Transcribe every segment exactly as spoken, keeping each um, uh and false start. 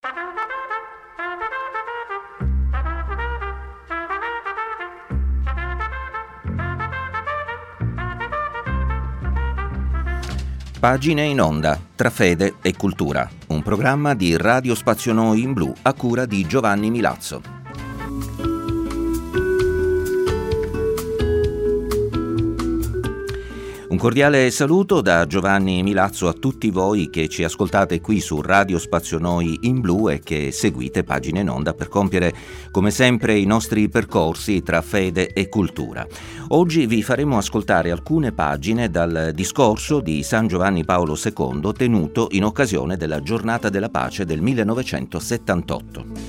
Pagine in onda, tra fede e cultura, un programma di Radio Spazio Noi in Blu a cura di Giovanni Milazzo. Un cordiale saluto da Giovanni Milazzo a tutti voi che ci ascoltate qui su Radio Spazio Noi in Blu e che seguite Pagine in onda per compiere, come sempre, i nostri percorsi tra fede e cultura. Oggi vi faremo ascoltare alcune pagine dal discorso di San Giovanni Paolo secondo tenuto in occasione della Giornata della Pace del millenovecentosettantotto.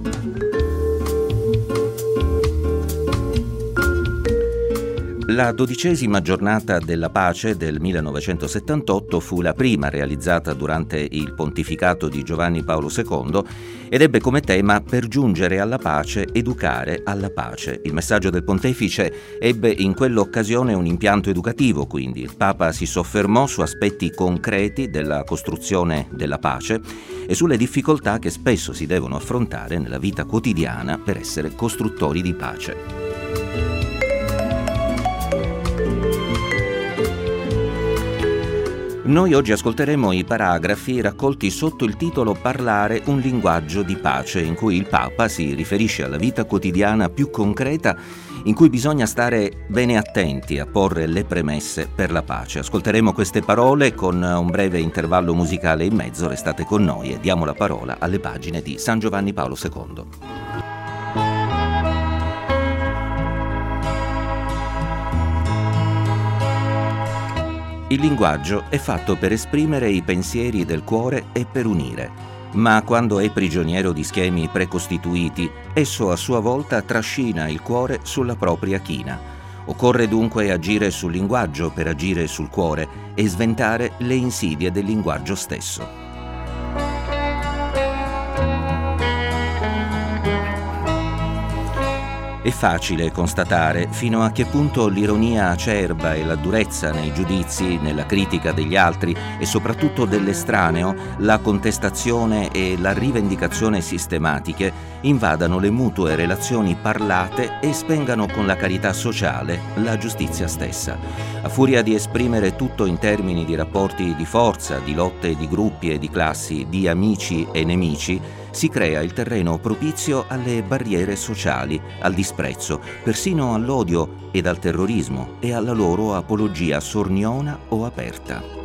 La dodicesima giornata della pace del millenovecentosettantotto fu la prima realizzata durante il pontificato di Giovanni Paolo secondo ed ebbe come tema per giungere alla pace, educare alla pace. Il messaggio del pontefice ebbe in quell'occasione un impianto educativo, quindi il Papa si soffermò su aspetti concreti della costruzione della pace e sulle difficoltà che spesso si devono affrontare nella vita quotidiana per essere costruttori di pace. Noi oggi ascolteremo i paragrafi raccolti sotto il titolo Parlare un linguaggio di pace, in cui il Papa si riferisce alla vita quotidiana più concreta, in cui bisogna stare bene attenti a porre le premesse per la pace. Ascolteremo queste parole con un breve intervallo musicale in mezzo. Restate con noi e diamo la parola alle pagine di San Giovanni Paolo secondo. Il linguaggio è fatto per esprimere i pensieri del cuore e per unire, ma quando è prigioniero di schemi precostituiti, esso a sua volta trascina il cuore sulla propria china. Occorre dunque agire sul linguaggio per agire sul cuore e sventare le insidie del linguaggio stesso. È facile constatare fino a che punto l'ironia acerba e la durezza nei giudizi, nella critica degli altri e soprattutto dell'estraneo, la contestazione e la rivendicazione sistematiche invadano le mutue relazioni parlate e spengano con la carità sociale la giustizia stessa. A furia di esprimere tutto in termini di rapporti di forza, di lotte di gruppi e di classi, di amici e nemici, si crea il terreno propizio alle barriere sociali, al disprezzo, persino all'odio ed al terrorismo e alla loro apologia sorniona o aperta.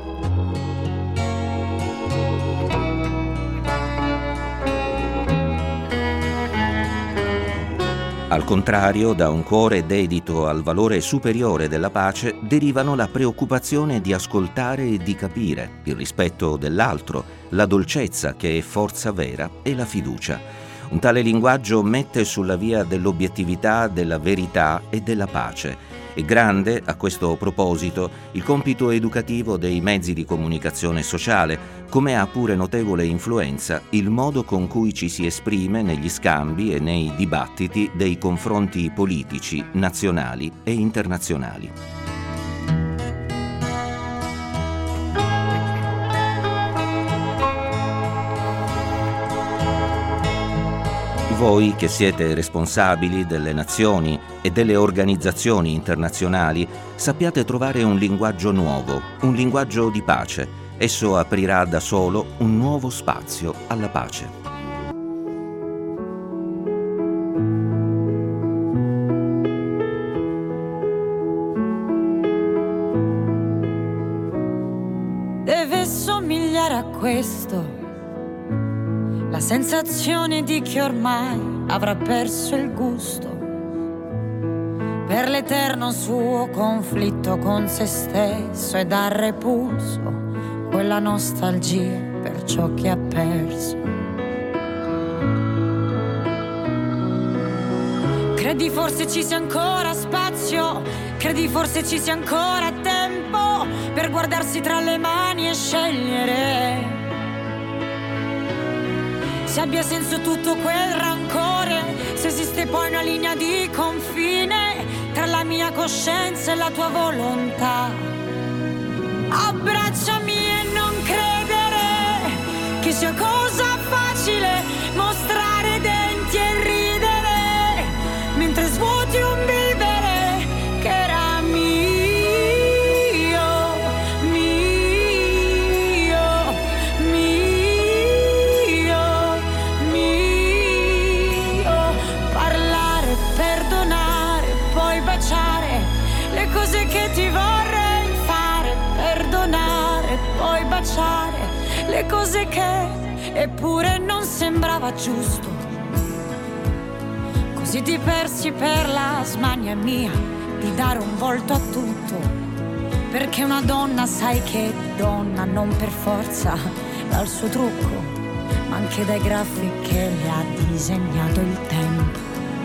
Al contrario, da un cuore dedito al valore superiore della pace derivano la preoccupazione di ascoltare e di capire, il rispetto dell'altro, la dolcezza che è forza vera e la fiducia. Un tale linguaggio mette sulla via dell'obiettività, della verità e della pace. È grande, a questo proposito, il compito educativo dei mezzi di comunicazione sociale, come ha pure notevole influenza il modo con cui ci si esprime negli scambi e nei dibattiti dei confronti politici, nazionali e internazionali. Voi che siete responsabili delle nazioni e delle organizzazioni internazionali, sappiate trovare un linguaggio nuovo, un linguaggio di pace. Esso aprirà da solo un nuovo spazio alla pace. Deve somigliare a questo la sensazione di chi ormai avrà perso il gusto per l'eterno suo conflitto con se stesso e dal repulso quella nostalgia per ciò che ha perso. Credi forse ci sia ancora spazio, credi forse ci sia ancora tempo per guardarsi tra le mani e scegliere. Se abbia senso tutto quel rancore, se esiste poi una linea di confine tra la mia coscienza e la tua volontà. Abbracciami e non credere che sia cosa facile le cose che eppure non sembrava giusto. Così ti persi per la smania mia di dare un volto a tutto, perché una donna sai che donna non per forza dal suo trucco, ma anche dai graffi che le ha disegnato il tempo.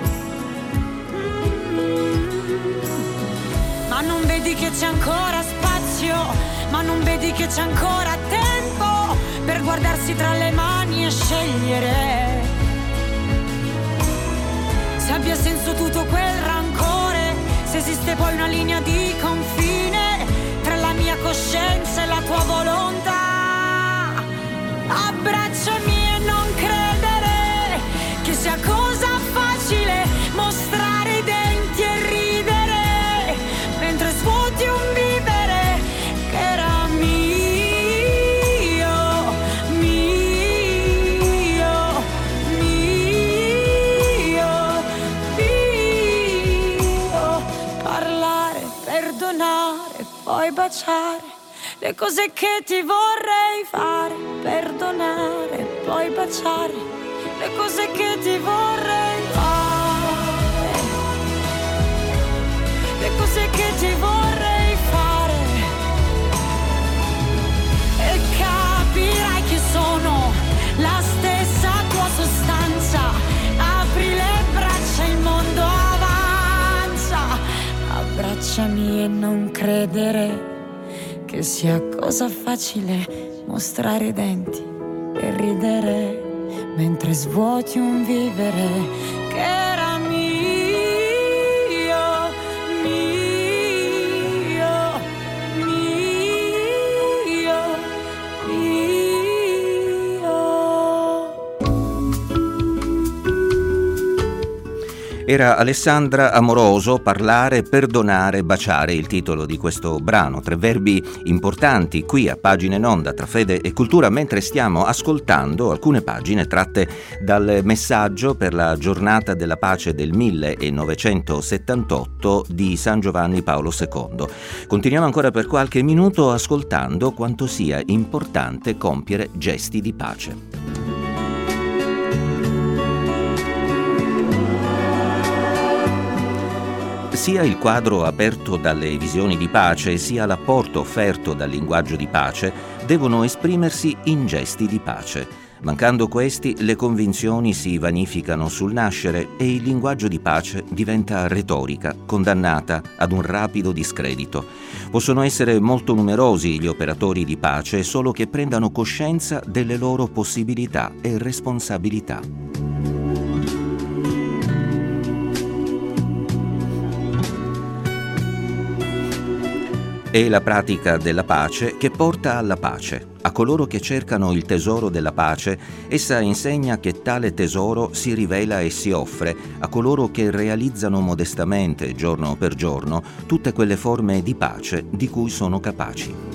Ma non vedi che c'è ancora spazio, ma non vedi che c'è ancora tempo per guardarsi tra le mani e scegliere. Se abbia senso tutto quel rancore, se esiste poi una linea di confine tra la mia coscienza e la tua volontà. Abbracciami e non credere che sia cosa facile mostrare i denti e ridere mentre svuoti un vivere che era mio, mio, mio, mio. Parlare, perdonare, poi baciare le cose che ti vorrei fare, perdonare, poi baciare le cose che ti vorrei fare, le cose che ti vorrei fare. E capirai che sono la stessa tua sostanza. Apri le braccia, il mondo avanza. Abbracciami e non credere che sia cosa facile mostrare i denti e ridere mentre svuoti un vivere che era mio, mio, mio, mio. Era Alessandra Amoroso, Parlare, perdonare, baciare, il titolo di questo brano. Tre verbi importanti qui a Pagine in Onda tra fede e cultura, mentre stiamo ascoltando alcune pagine tratte dal messaggio per la giornata della pace del millenovecentosettantotto di San Giovanni Paolo secondo. Continuiamo ancora per qualche minuto ascoltando quanto sia importante compiere gesti di pace. Sia il quadro aperto dalle visioni di pace, sia l'apporto offerto dal linguaggio di pace devono esprimersi in gesti di pace. Mancando questi, le convinzioni si vanificano sul nascere e il linguaggio di pace diventa retorica, condannata ad un rapido discredito. Possono essere molto numerosi gli operatori di pace, solo che prendano coscienza delle loro possibilità e responsabilità. È la pratica della pace che porta alla pace. A coloro che cercano il tesoro della pace, essa insegna che tale tesoro si rivela e si offre a coloro che realizzano modestamente, giorno per giorno, tutte quelle forme di pace di cui sono capaci.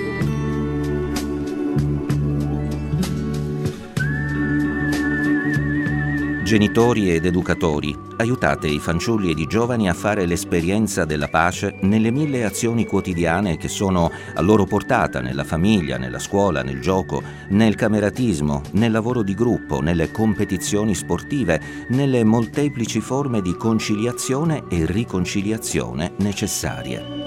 Genitori ed educatori, aiutate i fanciulli ed i giovani a fare l'esperienza della pace nelle mille azioni quotidiane che sono a loro portata, nella famiglia, nella scuola, nel gioco, nel cameratismo, nel lavoro di gruppo, nelle competizioni sportive, nelle molteplici forme di conciliazione e riconciliazione necessarie.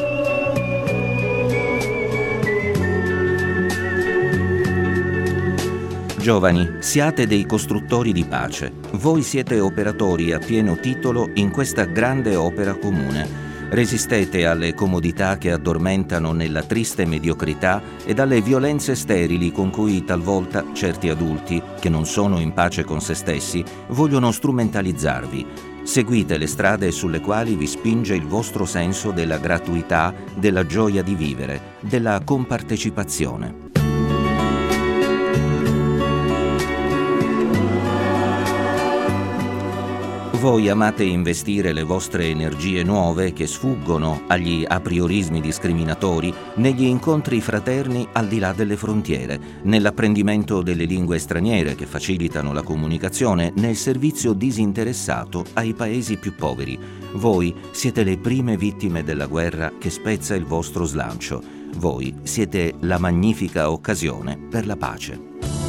Giovani, siate dei costruttori di pace. Voi siete operatori a pieno titolo in questa grande opera comune. Resistete alle comodità che addormentano nella triste mediocrità e alle violenze sterili con cui talvolta certi adulti, che non sono in pace con se stessi, vogliono strumentalizzarvi. Seguite le strade sulle quali vi spinge il vostro senso della gratuità, della gioia di vivere, della compartecipazione. Voi amate investire le vostre energie nuove che sfuggono agli apriorismi discriminatori negli incontri fraterni al di là delle frontiere, nell'apprendimento delle lingue straniere che facilitano la comunicazione, nel servizio disinteressato ai paesi più poveri. Voi siete le prime vittime della guerra che spezza il vostro slancio. Voi siete la magnifica occasione per la pace.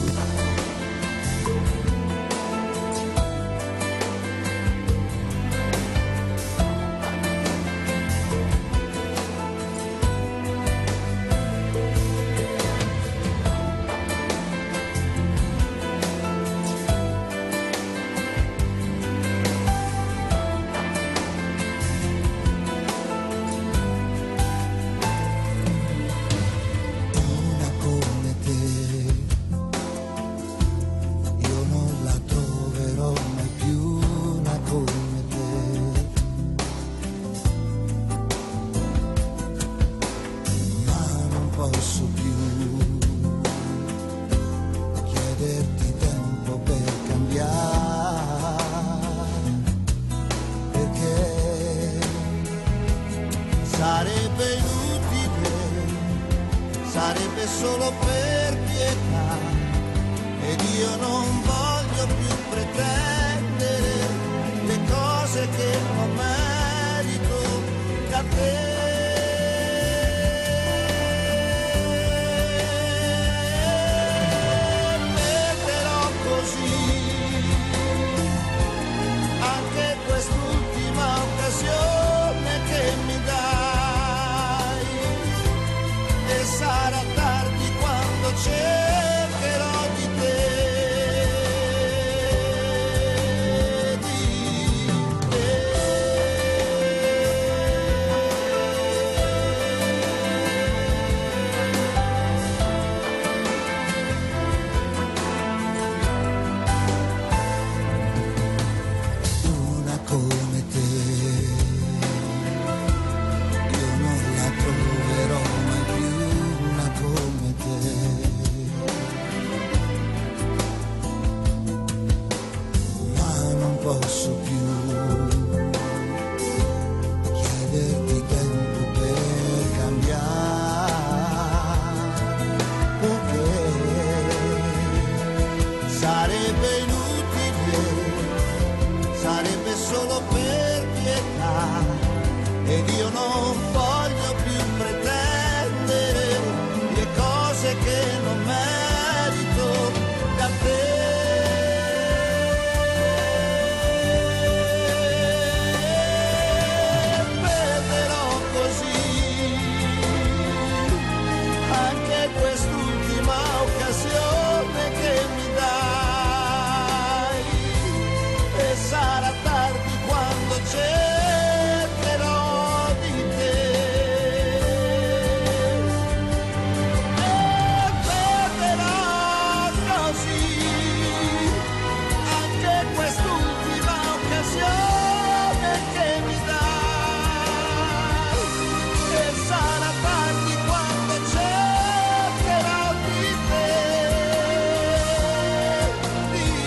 Sarebbe inutile, sarebbe solo per pietà, ed io non voglio più pretendere le cose che non merito da te. Perderò così anche quest'ultima occasione che mi dai, e sarà tardi quando cercherò di te, di te. Una come te io non la troverò mai più, una come te. Ma non posso più chiederti tempo per cambiare, perché sarebbe inutile, sarebbe solo per pietà, ed io non voglio più pretendere le cose che non merito da te. Perderò così anche quest'ultima occasione che mi dai, e sarà tardi quando cercherò di te. E perderò così anche quest'ultima occasione che mi dai, e sarà tardi quando cercherò di te, di te.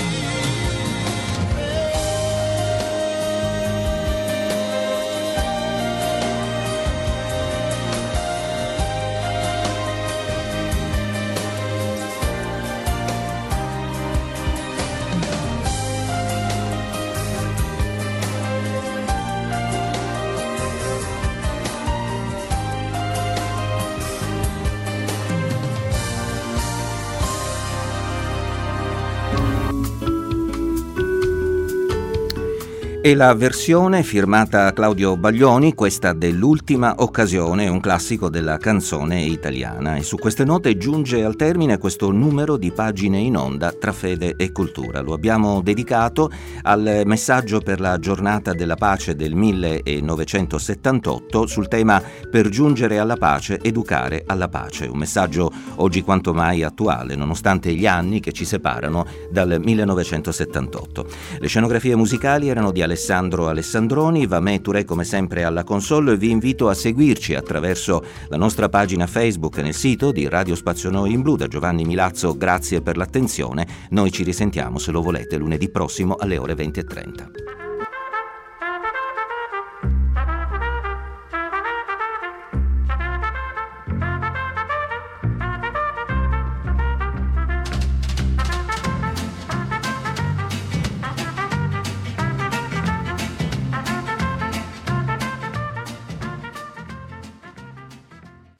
E la versione firmata Claudio Baglioni, questa dell'Ultima occasione, un classico della canzone italiana. E su queste note giunge al termine questo numero di Pagine in Onda tra fede e cultura. Lo abbiamo dedicato al messaggio per la giornata della pace del millenovecentosettantotto sul tema "Per giungere alla pace, educare alla pace". Un messaggio oggi quanto mai attuale, nonostante gli anni che ci separano dal millenovecentosettantotto. Le scenografie musicali erano di Alessandro Alessandroni, Vamè Touré come sempre alla console, e vi invito a seguirci attraverso la nostra pagina Facebook e nel sito di Radio Spazio Noi in Blu. Da Giovanni Milazzo, grazie per l'attenzione. Noi ci risentiamo, se lo volete, lunedì prossimo alle ore venti e trenta.